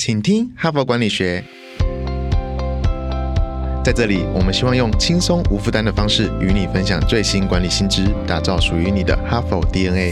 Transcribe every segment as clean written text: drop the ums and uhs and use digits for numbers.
请听哈佛管理学。在这里，我们希望用轻松无负担的方式与你分享最新管理新知，打造属于你的哈佛 DNA。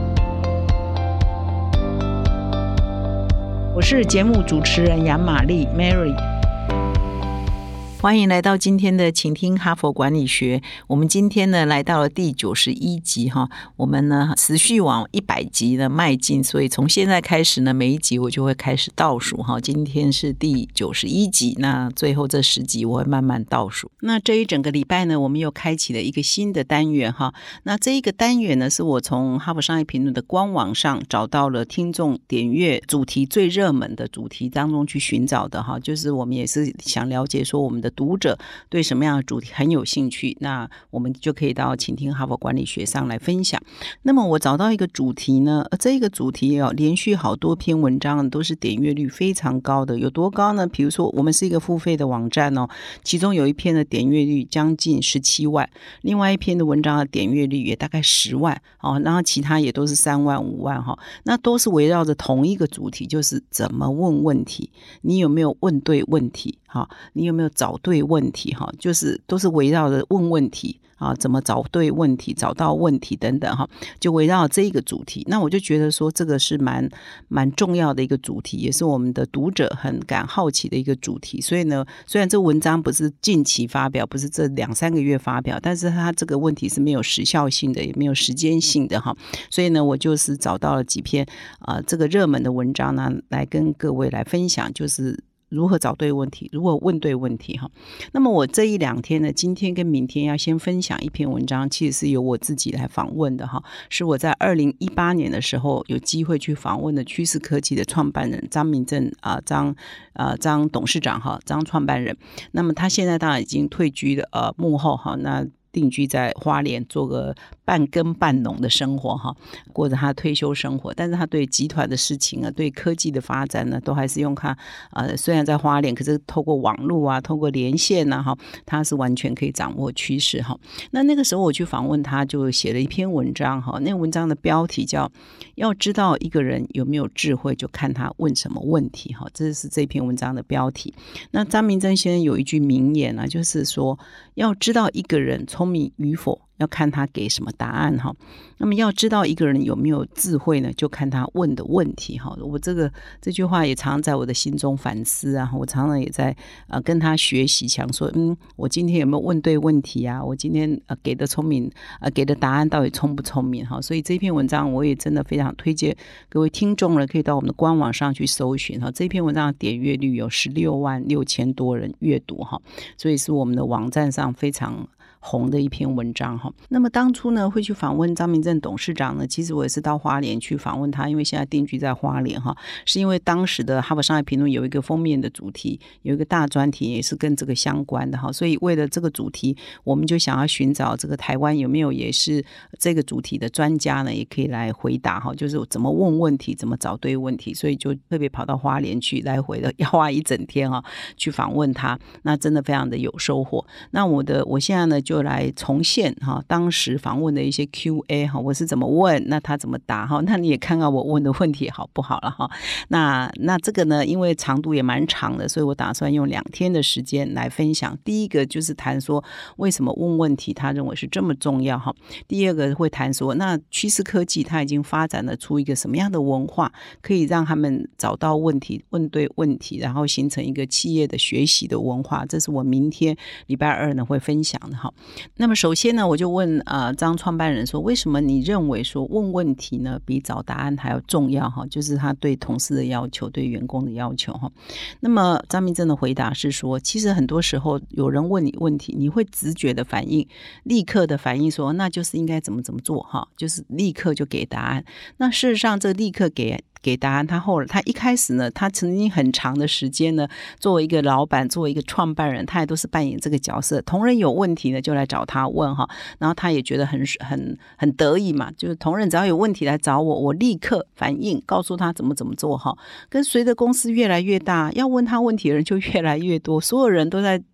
我是节目主持人杨玛丽 Mary。欢迎来到今天的请听哈佛管理学。我们今天呢来到了第91集哈，我们呢持续往100集呢迈进，所以从现在开始呢，每一集我就会开始倒数哈。今天是第91集，那最后这10集我会慢慢倒数。那这一整个礼拜呢，我们又开启了一个新的单元哈。那这一个单元呢，是我从哈佛商业评论的官网上找到了听众点阅主题最热门的主题当中去寻找的哈，就是我们也是想了解说我们的读者对什么样的主题很有兴趣，那我们就可以到请听哈佛管理学上来分享。那么我找到一个主题呢，这个主题连续好多篇文章都是点阅率非常高的，有多高呢？比如说我们是一个付费的网站其中有一篇的点阅率将近17万，另外一篇的文章的点阅率也大概10万然后其他也都是3万5万那都是围绕着同一个主题，就是怎么问问题，你有没有问对问题，你有没有找对问题，就是都是围绕着问问题怎么找对问题，找到问题等等就围绕这一个主题。那我就觉得说这个是蛮重要的一个主题，也是我们的读者很感好奇的一个主题。所以呢，虽然这文章不是近期发表，不是这2-3个月发表，但是它这个问题是没有时效性的，也没有时间性的所以呢，我就是找到了几篇这个热门的文章呢，来跟各位来分享，就是如何找对问题，如何问对问题那么我这1-2天呢，今天跟明天要先分享一篇文章，其实是由我自己来访问的是我在2018年的时候有机会去访问的趋势科技的创办人张明正张董事长张创办人。那么他现在当然已经退居了幕后那定居在花莲，做个半耕半农的生活过着他的退休生活。但是他对集团的事情对科技的发展呢，都还是用他虽然在花莲，可是透过网络透过连线他是完全可以掌握趋势那个时候我去访问他，就写了一篇文章那个文章的标题叫要知道一个人有没有智慧，就看他问什么问题这是这篇文章的标题。那张明正先生有一句名言就是说要知道一个人聪明与否，要看他给什么答案那么要知道一个人有没有智慧呢，就看他问的问题我这句话也常常在我的心中反思我常常也在跟他学习，想说我今天有没有问对问题我今天给的聪明给的答案到底聪不聪明所以这篇文章我也真的非常推荐各位听众可以到我们的官网上去搜寻这篇文章的点阅率有16万6千多人阅读所以是我们的网站上非常红的一篇文章那么当初呢会去访问张明正董事长呢，其实我也是到花莲去访问他，因为现在定居在花莲是因为当时的哈佛商业评论有一个封面的主题，有一个大专题也是跟这个相关的所以为了这个主题，我们就想要寻找这个台湾有没有也是这个主题的专家呢，也可以来回答就是怎么问问题，怎么找对问题，所以就特别跑到花莲去，来回的要花一整天去访问他，那真的非常的有收获。那我现在呢就来重现当时访问的一些 Q&A 我是怎么问，那他怎么答那你也看看我问的问题好不好了那这个呢，因为长度也蛮长的，所以我打算用2天的时间来分享。第一个就是谈说为什么问问题他认为是这么重要第二个会谈说那趋势科技它已经发展了出一个什么样的文化，可以让他们找到问题，问对问题，然后形成一个企业的学习的文化，这是我明天礼拜2呢会分享的那么首先呢，我就问张创办人说，为什么你认为说问问题呢比找答案还要重要就是他对同事的要求，对员工的要求那么张明正的回答是说，其实很多时候有人问你问题，你会直觉的反应，立刻的反应说那就是应该怎么做就是立刻就给答案。那事实上这立刻给答案，他一开始呢，他曾经很长的时间呢，作为一个老板，作为一个创办人，他也都是扮演这个角色。同仁有问题呢，就来找他问然后他也觉得很得意嘛，就是同仁只要有问题来找我，我立刻反应，告诉他怎么做跟随着公司越来越大，要问他问题的人就越来越多，所有人都在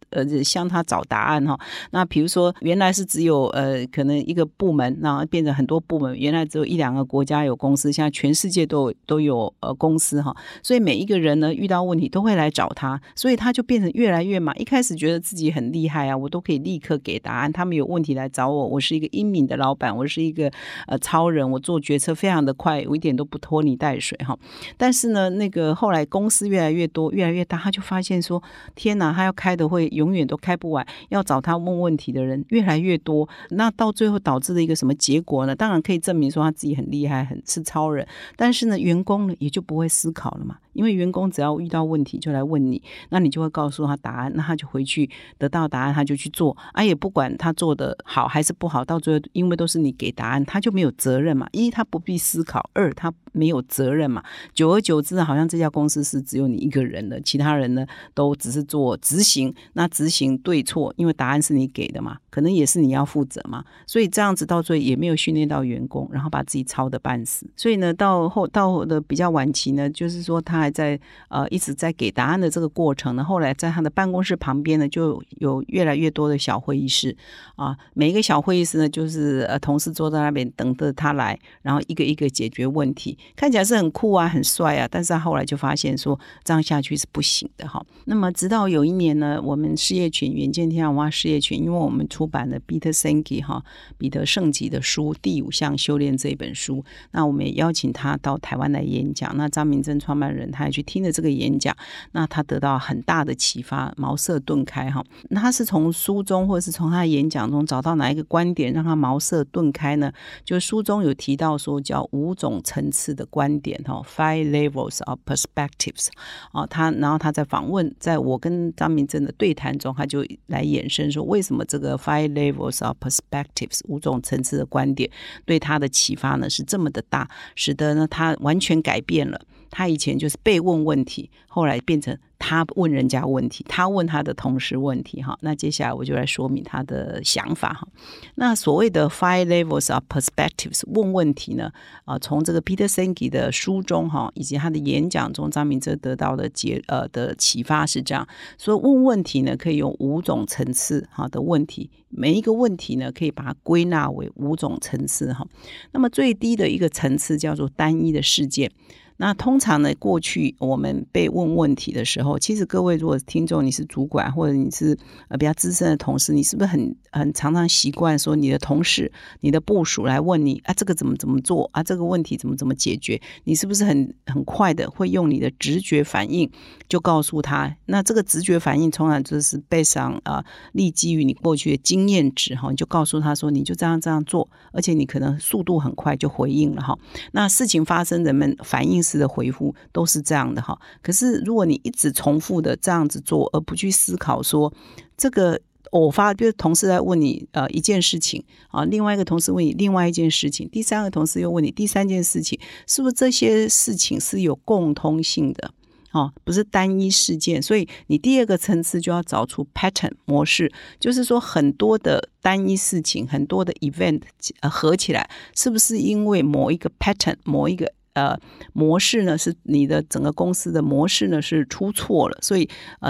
向他找答案那比如说原来是只有可能一个部门，然后变成很多部门，原来只有1-2个国家有公司，现在全世界都有公司所以每一个人呢遇到问题都会来找他，所以他就变成越来越忙。一开始觉得自己很厉害啊，我都可以立刻给答案，他们有问题来找我，我是一个英明的老板，我是一个超人，我做决策非常的快，我一点都不拖泥带水但是呢那个后来公司越来越多越来越大，他就发现说天哪，他要开的会永远都开不完，要找他问问题的人越来越多，那到最后导致的一个什么结果呢？当然可以证明说他自己很厉害，是超人，但是呢员工呢也就不会思考了嘛，因为员工只要遇到问题就来问你，那你就会告诉他答案，那他就回去得到答案他就去做也不管他做的好还是不好，到最后因为都是你给答案，他就没有责任嘛，一他不必思考，二他没有责任嘛，久而久之好像这家公司是只有你一个人的，其他人呢都只是做执行，那执行对错因为答案是你给的嘛，可能也是你要负责嘛，所以这样子到最后也没有训练到员工，然后把自己操得半死。所以呢到的比较晚期呢，就是说他还在一直在给答案的这个过程呢，后来在他的办公室旁边呢就有越来越多的小会议室每一个小会议室呢就是同事坐在那边等着他来，然后一个一个解决问题，看起来是很酷啊很帅啊，但是他后来就发现说这样下去是不行的那么直到有一年呢，我们事业群远见天下文化事业群，因为我们出版了 Peter Senge 彼得圣吉的书《第5项修炼》这本书，那我们也邀请他到台湾来演讲，那张明正创办人他也去听了这个演讲，那他得到很大的启发，茅塞顿开那他是从书中或者是从他的演讲中找到哪一个观点让他茅塞顿开呢？就是书中有提到说叫5种层次的观点5 levels of perspectives 然后他在访问，在我跟张明正的对谈中，他就来衍生说为什么这个5 levels of perspectives 5种层次的观点对他的启发呢是这么的大，使得呢他完全改变了，他以前就是被问问题，后来变成他问人家问题，他问他的同事问题那接下来我就来说明他的想法那所谓的5 levels of perspectives 问问题呢从这个 Peter Senge 的书中以及他的演讲中，张明哲得到的的启发是这样，所以问问题呢可以用5种层次的问题，每一个问题呢可以把它归纳为5种层次那么最低的一个层次叫做单一的事件。那通常呢过去我们被问问题的时候，其实各位如果听众你是主管或者你是比较资深的同事，你是不是很常常习惯说你的同事你的部属来问你这个怎么做这个问题怎么解决，你是不是很快的会用你的直觉反应就告诉他，那这个直觉反应通常就是背上立基于你过去的经验值你就告诉他说你就这样做，而且你可能速度很快就回应了那事情发生人们反应式的回复都是这样的可是如果你一直重复的这样子做，而不去思考说这个比如同事在问你一件事情另外一个同事问你另外一件事情，第三个同事又问你第三件事情，是不是这些事情是有共通性的不是单一事件，所以你第二个层次就要找出 pattern 模式，就是说很多的单一事情，很多的 event 合起来，是不是因为某一个 pattern 某一个模式呢，是你的整个公司的模式呢是出错了，所以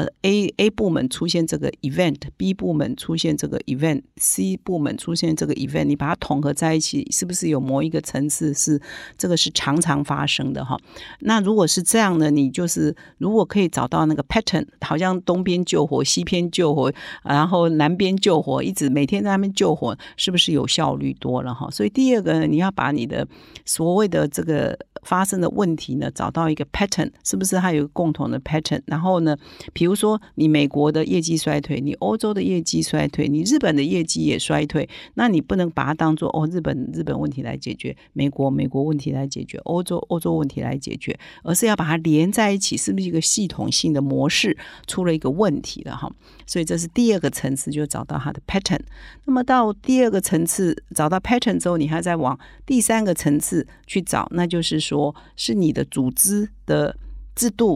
A 部门出现这个 event， B 部门出现这个 event， C 部门出现这个 event， 你把它统合在一起，是不是有某一个层次是这个是常常发生的那如果是这样呢，你就是如果可以找到那个 pattern， 好像东边救火西边救火，然后南边救火，一直每天在那边救火，是不是有效率多了所以第二个呢，你要把你的所谓的这个发生的问题呢找到一个 pattern， 是不是它有一个共同的 pattern， 然后呢比如说你美国的业绩衰退，你欧洲的业绩衰退，你日本的业绩也衰退，那你不能把它当作日本问题来解决，美国问题来解决，欧洲问题来解决，而是要把它连在一起，是不是一个系统性的模式出了一个问题了所以这是第二个层次，就找到它的 pattern。 那么到第二个层次找到 pattern 之后，你还再往第三个层次去找，那就是说是你的组织的制度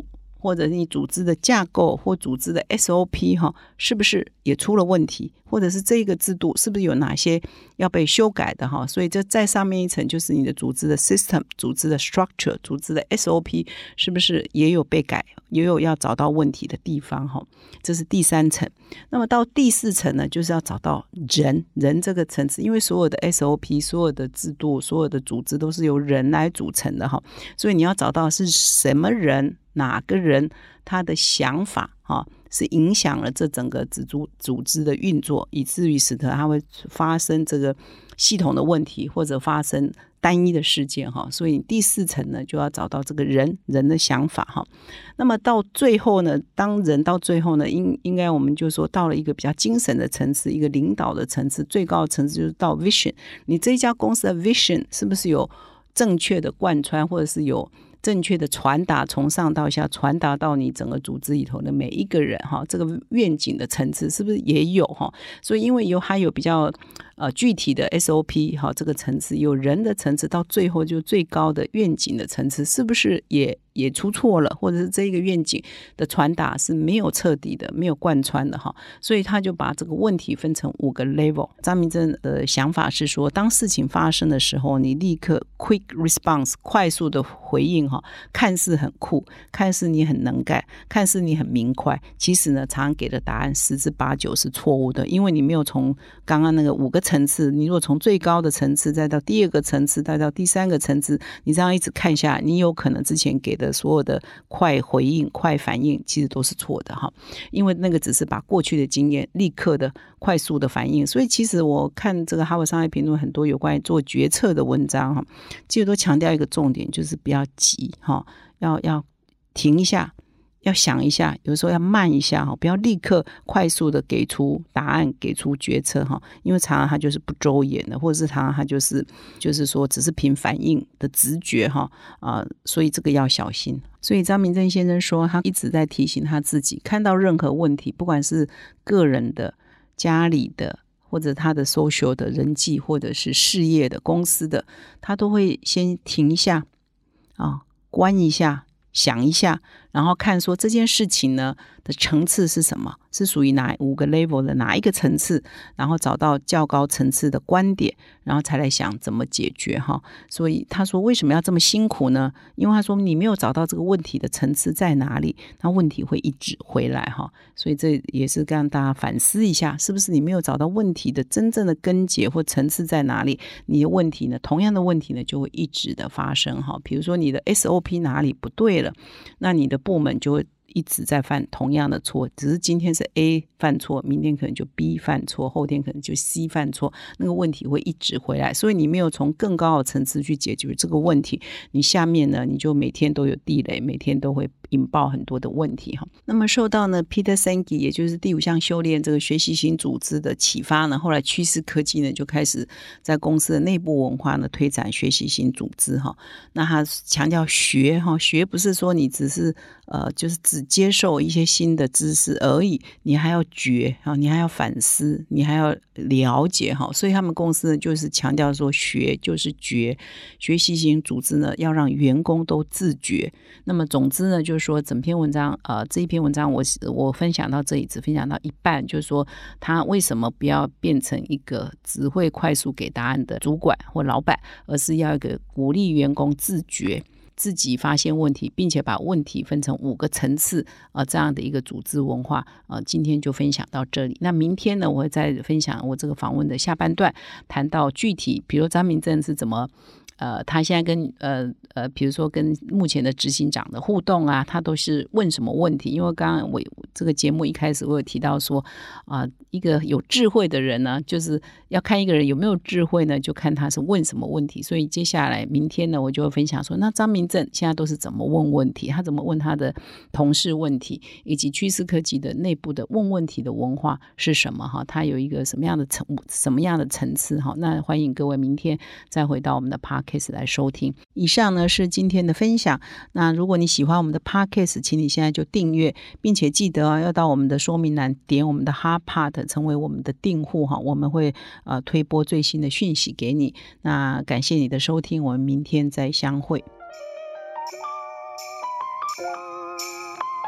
或者你组织的架构或组织的 SOP 是不是也出了问题，或者是这个制度是不是有哪些要被修改的所以这再上面一层就是你的组织的 system、 组织的 structure、 组织的 SOP 是不是也有被改，也有要找到问题的地方这是第3层。那么到第4层呢，就是要找到人这个层次，因为所有的 SOP、 所有的制度、所有的组织都是由人来组成的所以你要找到是什么人，哪个人他的想法是影响了这整个组织的运作，以至于使得它会发生这个系统的问题，或者发生单一的事件所以第4层呢，就要找到这个人的想法那么到最后呢，当人到最后呢，应该我们就说到了一个比较精神的层次，一个领导的层次，最高的层次就是到 vision。 你这一家公司的 vision 是不是有正确的贯穿，或者是有正确的传达，从上到下传达到你整个组织里头的每一个人这个愿景的层次是不是也有所以因为还有比较具体的 SOP 这个层次，有人的层次，到最后就最高的愿景的层次，是不是也出错了，或者是这个愿景的传达是没有彻底的，没有贯穿的所以他就把这个问题分成5个 level。 张明正的想法是说，当事情发生的时候，你立刻 quick response 快速的回应看似很酷，看似你很能干，看似你很明快，其实呢常常给的答案10之8九是错误的，因为你没有从刚刚那个5个层次，你如果从最高的层次再到第2个层次，再到第3个层次，你这样一直看下来，你有可能之前给的所有的快回应、快反应其实都是错的因为那个只是把过去的经验立刻的快速的反应。所以其实我看这个哈佛商业评论很多有关于做决策的文章其实都强调一个重点，就是不要急要停一下，要想一下，有时候要慢一下不要立刻快速的给出答案，给出决策因为常常它就是不周延的，或者是常常它就是说只是凭反应的直觉所以这个要小心。所以张明正先生说，他一直在提醒他自己，看到任何问题，不管是个人的、家里的，或者他的 social 的人际，或者是事业的、公司的，他都会先停一下关一下，想一下，然后看说这件事情呢的层次是什么，是属于哪5个 level 的哪一个层次，然后找到较高层次的观点，然后才来想怎么解决所以他说为什么要这么辛苦呢？因为他说你没有找到这个问题的层次在哪里，那问题会一直回来所以这也是让大家反思一下，是不是你没有找到问题的真正的根结或层次在哪里，你的问题呢，同样的问题呢就会一直的发生比如说你的 SOP 哪里不对了，那你的部门就会一直在犯同样的错，只是今天是 A 犯错，明天可能就 B 犯错，后天可能就 C 犯错，那个问题会一直回来。所以你没有从更高的层次去解决这个问题，你下面呢你就每天都有地雷，每天都会引爆很多的问题那么受到呢 Peter Senge 也就是第5项修炼这个学习型组织的启发呢，后来趋势科技呢就开始在公司的内部文化呢推展学习型组织那他强调学不是说你只是就是只接受一些新的知识而已，你还要觉你还要反思，你还要了解所以他们公司呢就是强调说学就是觉，学习型组织呢要让员工都自觉。那么总之呢就是说整篇文章这一篇文章我分享到这里只分享到一半，就是说他为什么不要变成一个只会快速给答案的主管或老板，而是要一个鼓励员工自觉，自己发现问题，并且把问题分成5个层次这样的一个组织文化今天就分享到这里。那明天呢我会再分享我这个访问的下半段，谈到具体比如张明正是怎么他现在跟比如说跟目前的执行长的互动啊，他都是问什么问题？因为刚刚我这个节目一开始我有提到说一个有智慧的人呢，就是要看一个人有没有智慧呢，就看他是问什么问题。所以接下来明天呢我就会分享说，那张明正现在都是怎么问问题，他怎么问他的同事问题，以及趋势科技的内部的问问题的文化是什么他有一个什么样的层次那欢迎各位明天再回到我们的 Podcast 来收听。以上呢是今天的分享。那如果你喜欢我们的 Podcast， 请你现在就订阅，并且记得要到我们的说明栏点我们的 HeartPod 成为我们的订户我们会推播最新的讯息给你。那感谢你的收听，我们明天再相会。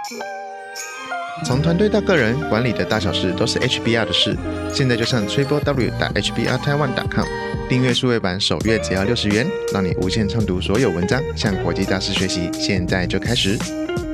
从团队到个人，管理的大小事都是 HBR 的事。现在就上 www.hbrtaiwan.com 订阅数位版，首月只要60元，让你无限畅读所有文章，向国际大师学习。现在就开始。